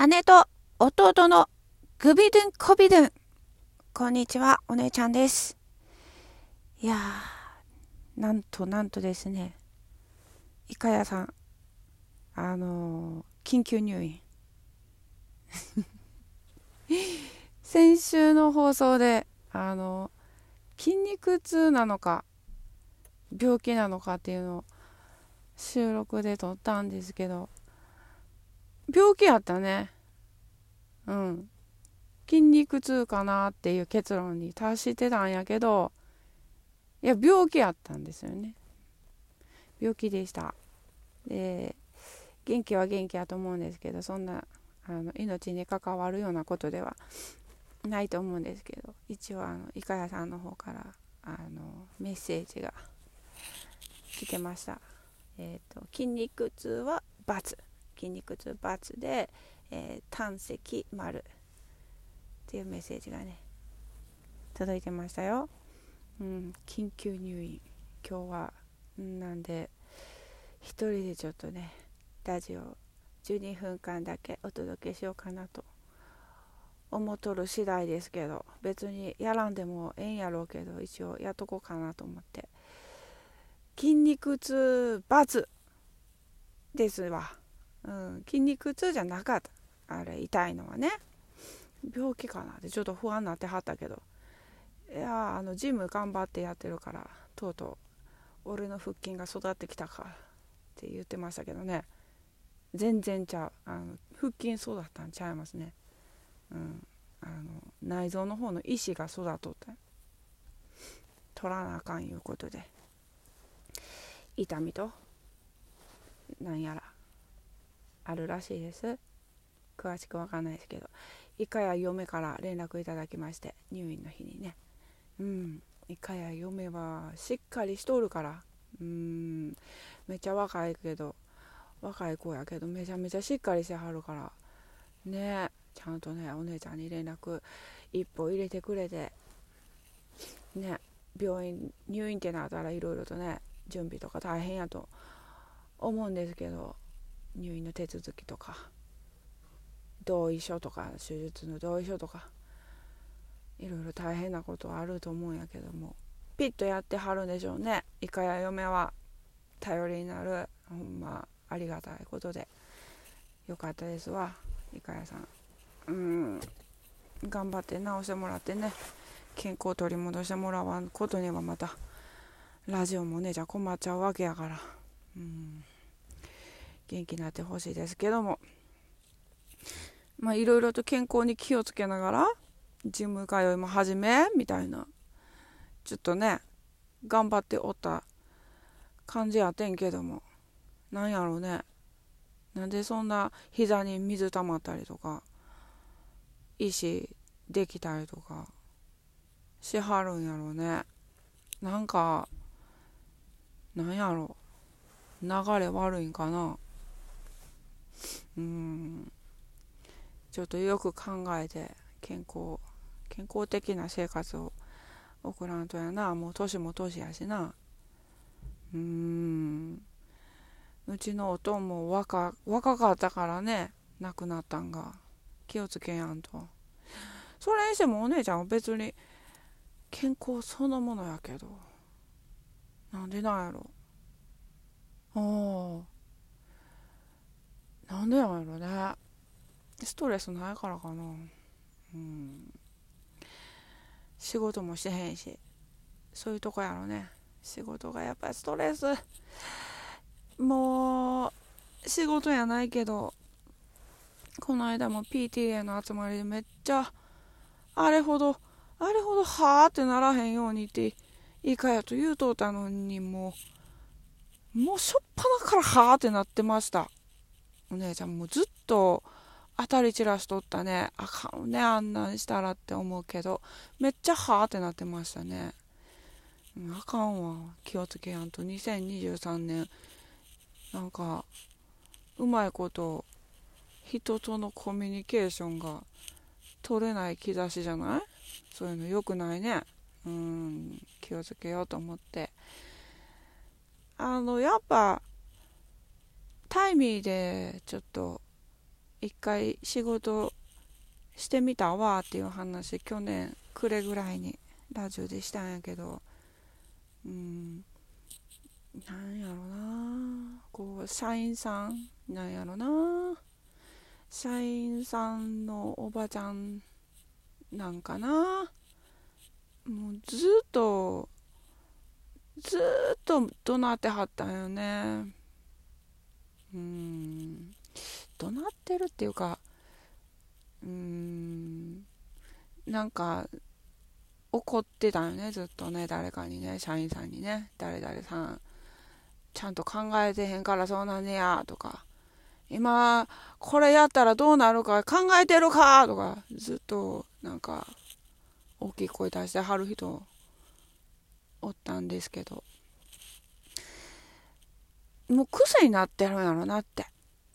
姉と弟のグビドゥンコビドゥン。こんにちは、お姉ちゃんです。いやー、なんとですね、いかやさん、緊急入院。先週の放送で、筋肉痛なのか、病気なのかっていうのを収録で撮ったんですけど、病気やったね。うん。筋肉痛かなっていう結論に達してたんやけど、いや、病気やったんですよね。病気でした。で、元気は元気やと思うんですけど、そんな命に関わるようなことではないと思うんですけど、一応いかやさんの方からメッセージが来てました。筋肉痛は×、筋肉痛×で、胆石丸っていうメッセージがね届いてましたよ。緊急入院今日はなんで一人でちょっとねラジオ12分間だけお届けしようかなと思っとる次第ですけど、別にやらんでもええんやろうけど一応やっとこうかなと思って。筋肉痛×ですわ。筋肉痛じゃなかった。あれ痛いのはね、病気かなってちょっと不安になってはったけど、いやジム頑張ってやってるからとうとう俺の腹筋が育ってきたかって言ってましたけどね、全然ちゃう。腹筋育ったんちゃいますね。内臓の方の石が育っとって取らなあかんいうことで、痛みとなんやらあるらしいです。詳しくわかんないですけど、いかや嫁から連絡いただきまして、入院の日にね、いかや嫁はしっかりしとるから、めっちゃ若い子やけどめちゃめちゃしっかりしてはるからね、ちゃんとねお姉ちゃんに連絡一歩入れてくれてね、病院入院ってなったらいろいろとね準備とか大変やと思うんですけど、入院の手続きとか同意書とか手術の同意書とかいろいろ大変なことはあると思うんやけども、ピッとやってはるんでしょうね。いかや嫁は頼りになる、ほんまありがたいことでよかったですわ。いかやさん頑張って治してもらってね、健康を取り戻してもらわんことにはまたラジオもねじゃ困っちゃうわけやから、元気になってほしいですけども、いろいろと健康に気をつけながらジム通いも始めみたいな、ちょっとね頑張っておった感じやってんけども、なんやろうね、なんでそんな膝に水溜まったりとか石できたりとかしはるんやろうね。なんかなんやろ、流れ悪いんかな。ちょっとよく考えて健康的な生活を送らんとやな。もう年も年やしな。うちのおとんも若かったからね亡くなったんが。気をつけやんと。それにしてもお姉ちゃんは別に健康そのものやけど、なんでなんやろ。なんでなんやろね。ストレスないからかな。仕事もしてへんし、そういうとこやろね。仕事がやっぱりストレス。もう仕事やないけど、この間も PTA の集まりでめっちゃあれほどはーってならへんようにっていいかやと言うとったのに、もうしょっぱなからはーってなってました。お姉ちゃんもうずっと当たり散らしとったね。あかんねあんなんしたらって思うけど、めっちゃはーってなってましたね。あかんわ、気をつけやんと。2023年なんかうまいこと人とのコミュニケーションが取れない兆しじゃない？そういうの良くないね。気をつけようと思って、やっぱタイミーでちょっと一回仕事してみたわっていう話、去年暮れぐらいにラジオでしたんやけど、なんやろな、こう社員さんなんやろな、社員さんのおばちゃんなんかな、もうずっと怒鳴ってはったんよね。怒鳴ってるっていうか、なんか怒ってたよね、ずっとね、誰かにね、社員さんにね、誰々さんちゃんと考えてへんからそうなんねやとか、今これやったらどうなるか考えてるかとか、ずっとなんか大きい声出してはる人おったんですけど、もう癖になってるんやろなって、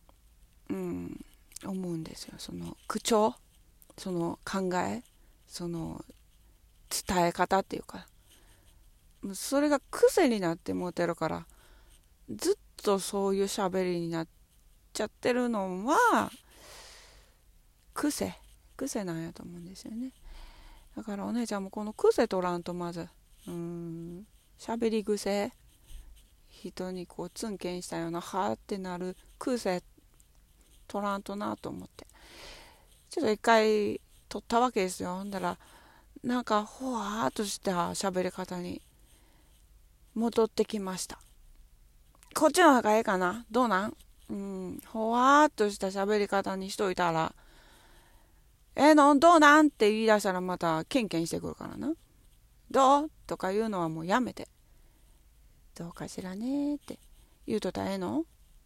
思うんですよ。その口調、その考え、その伝え方っていうか、もうそれが癖になってもうてるから、ずっとそういう喋りになっちゃってるのは癖なんやと思うんですよね。だからお姉ちゃんもこの癖取らんと、まず喋り癖、人にこうツンケンしたようなはーってなる癖取らんとなと思って、ちょっと一回取ったわけですよ。ほんだらなんかほわーっとした喋り方に戻ってきました。こっちの方がええかな、どうなん、ほわーっとした喋り方にしといたら、どうなんって言い出したらまたケンケンしてくるからな。どうとか言うのはもうやめて、どうかしらねって言うとったらええの。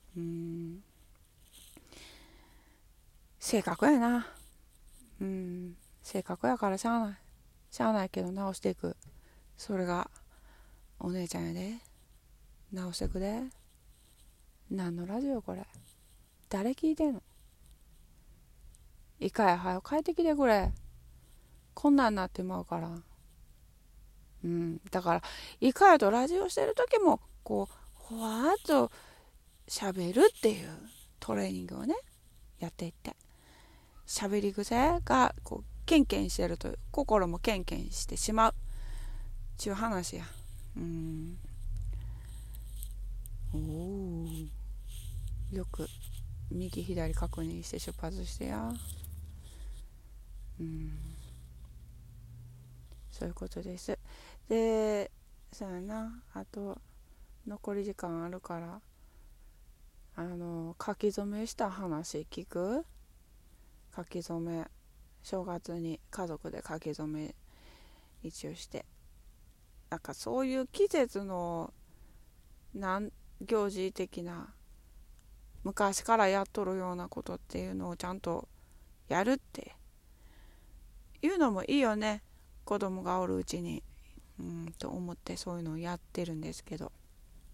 性格やな。性格やからしゃあないけど直していく。それがお姉ちゃんやで。直してくで。何のラジオこれ、誰聞いてんの。いかやはよ帰ってきてくれ、こんなんなってまうから。だからいかやとラジオしてる時もこうほわーっと喋るっていうトレーニングをねやっていって、喋り癖がこうケンケンしてると心もケンケンしてしまうちゅう話や。おー、よく右左確認して出発してや。そういうことです。で、そうやな、あと残り時間あるから、書き初めした話聞く？書き初め、正月に家族で書き初め一応して、なんかそういう季節の行事的な昔からやっとるようなことっていうのをちゃんとやるっていうのもいいよね、子供がおるうちに。と思ってそういうのをやってるんですけど、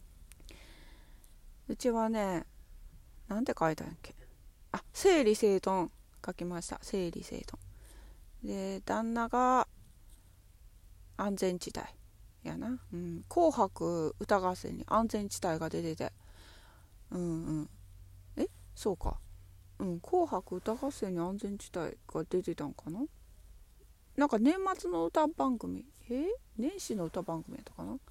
うちはね、なんて書いたんやっけ、整理整頓書きました。整理整頓で、旦那が安全地帯やな。紅白歌合戦に安全地帯が出てて、そうか、紅白歌合戦に安全地帯が出てたんかな。なんか年末の歌番組、年始の歌番組やったかな。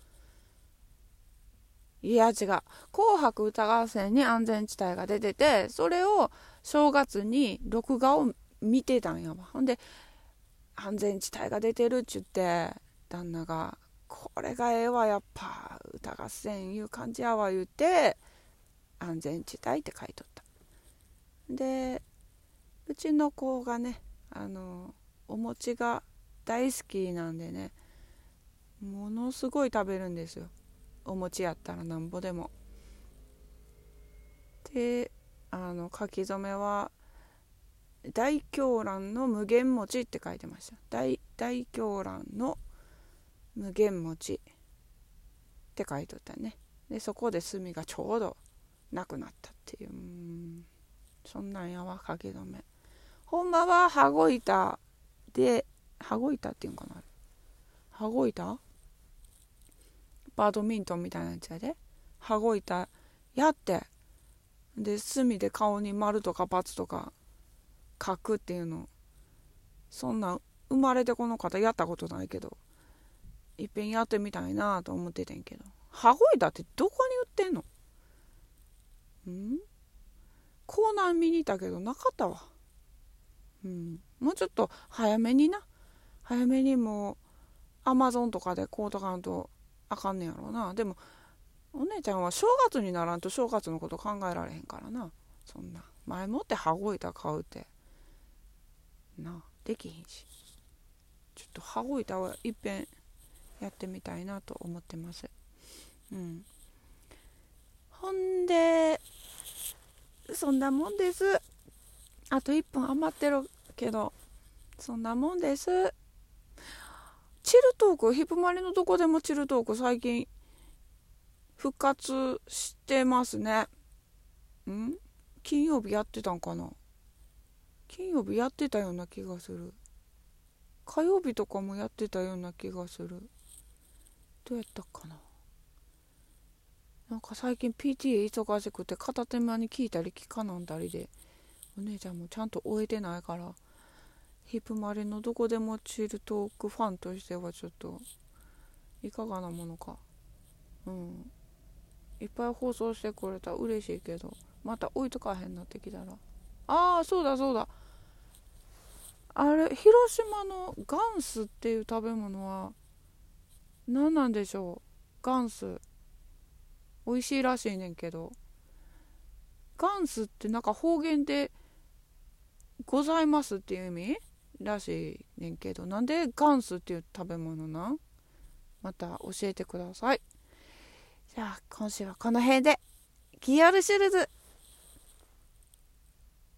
いや違う、紅白歌合戦に安全地帯が出てて、それを正月に録画を見てたんやわ。ほんで安全地帯が出てるっちゅって、旦那がこれがええわ、やっぱ歌合戦いう感じやわ言うて、安全地帯って書いとった。で、うちの子がね、お餅が大好きなんでね、ものすごい食べるんですよ。お餅やったらなんぼでも。で、書き初めは大狂乱の無限餅って書いてました。大狂乱の無限餅って書いとったね。で、そこで炭がちょうどなくなったっていう、そんなんやわ、書き初め。ほんまは羽子板で、羽子板っていうんかな、羽子板、バドミントンみたいなやつやで、羽子板やって、で炭で顔に丸とか×とか書くっていうの、そんな生まれてこの方やったことないけど、いっぺんやってみたいなと思っててんけど、羽子板ってどこに売ってんの？コーナー見に行ったけどなかったわ。もうちょっと早めにもうアマゾンとかで買うとかんとあかんねやろうな。でもお姉ちゃんは正月にならんと正月のこと考えられへんからな。そんな前もって羽子板買うってなできひんし、ちょっと羽子板はいっぺんやってみたいなと思ってます。ほんでそんなもんです。あと1分余ってるけど、そんなもんです。チルトーク、ヒップマリのどこでもチルトーク最近復活してますね。金曜日やってたんかな。金曜日やってたような気がする。火曜日とかもやってたような気がする。どうやったかな。なんか最近 PTA 忙しくて片手間に聞いたり聞かなんだりで、お姉ちゃんもちゃんと終えてないから、ヒップマリのどこでもチルトークファンとしてはちょっといかがなものか。いっぱい放送してくれたら嬉しいけど、また置いとかへんなってきたら、そうだ、あれ広島のガンスっていう食べ物は何なんでしょう。ガンス美味しいらしいねんけど、ガンスってなんか方言でございますっていう意味らしいねんけど、なんでガンスっていう食べ物なん？また教えてください。じゃあ今週はこの辺で。ギアルシュルズ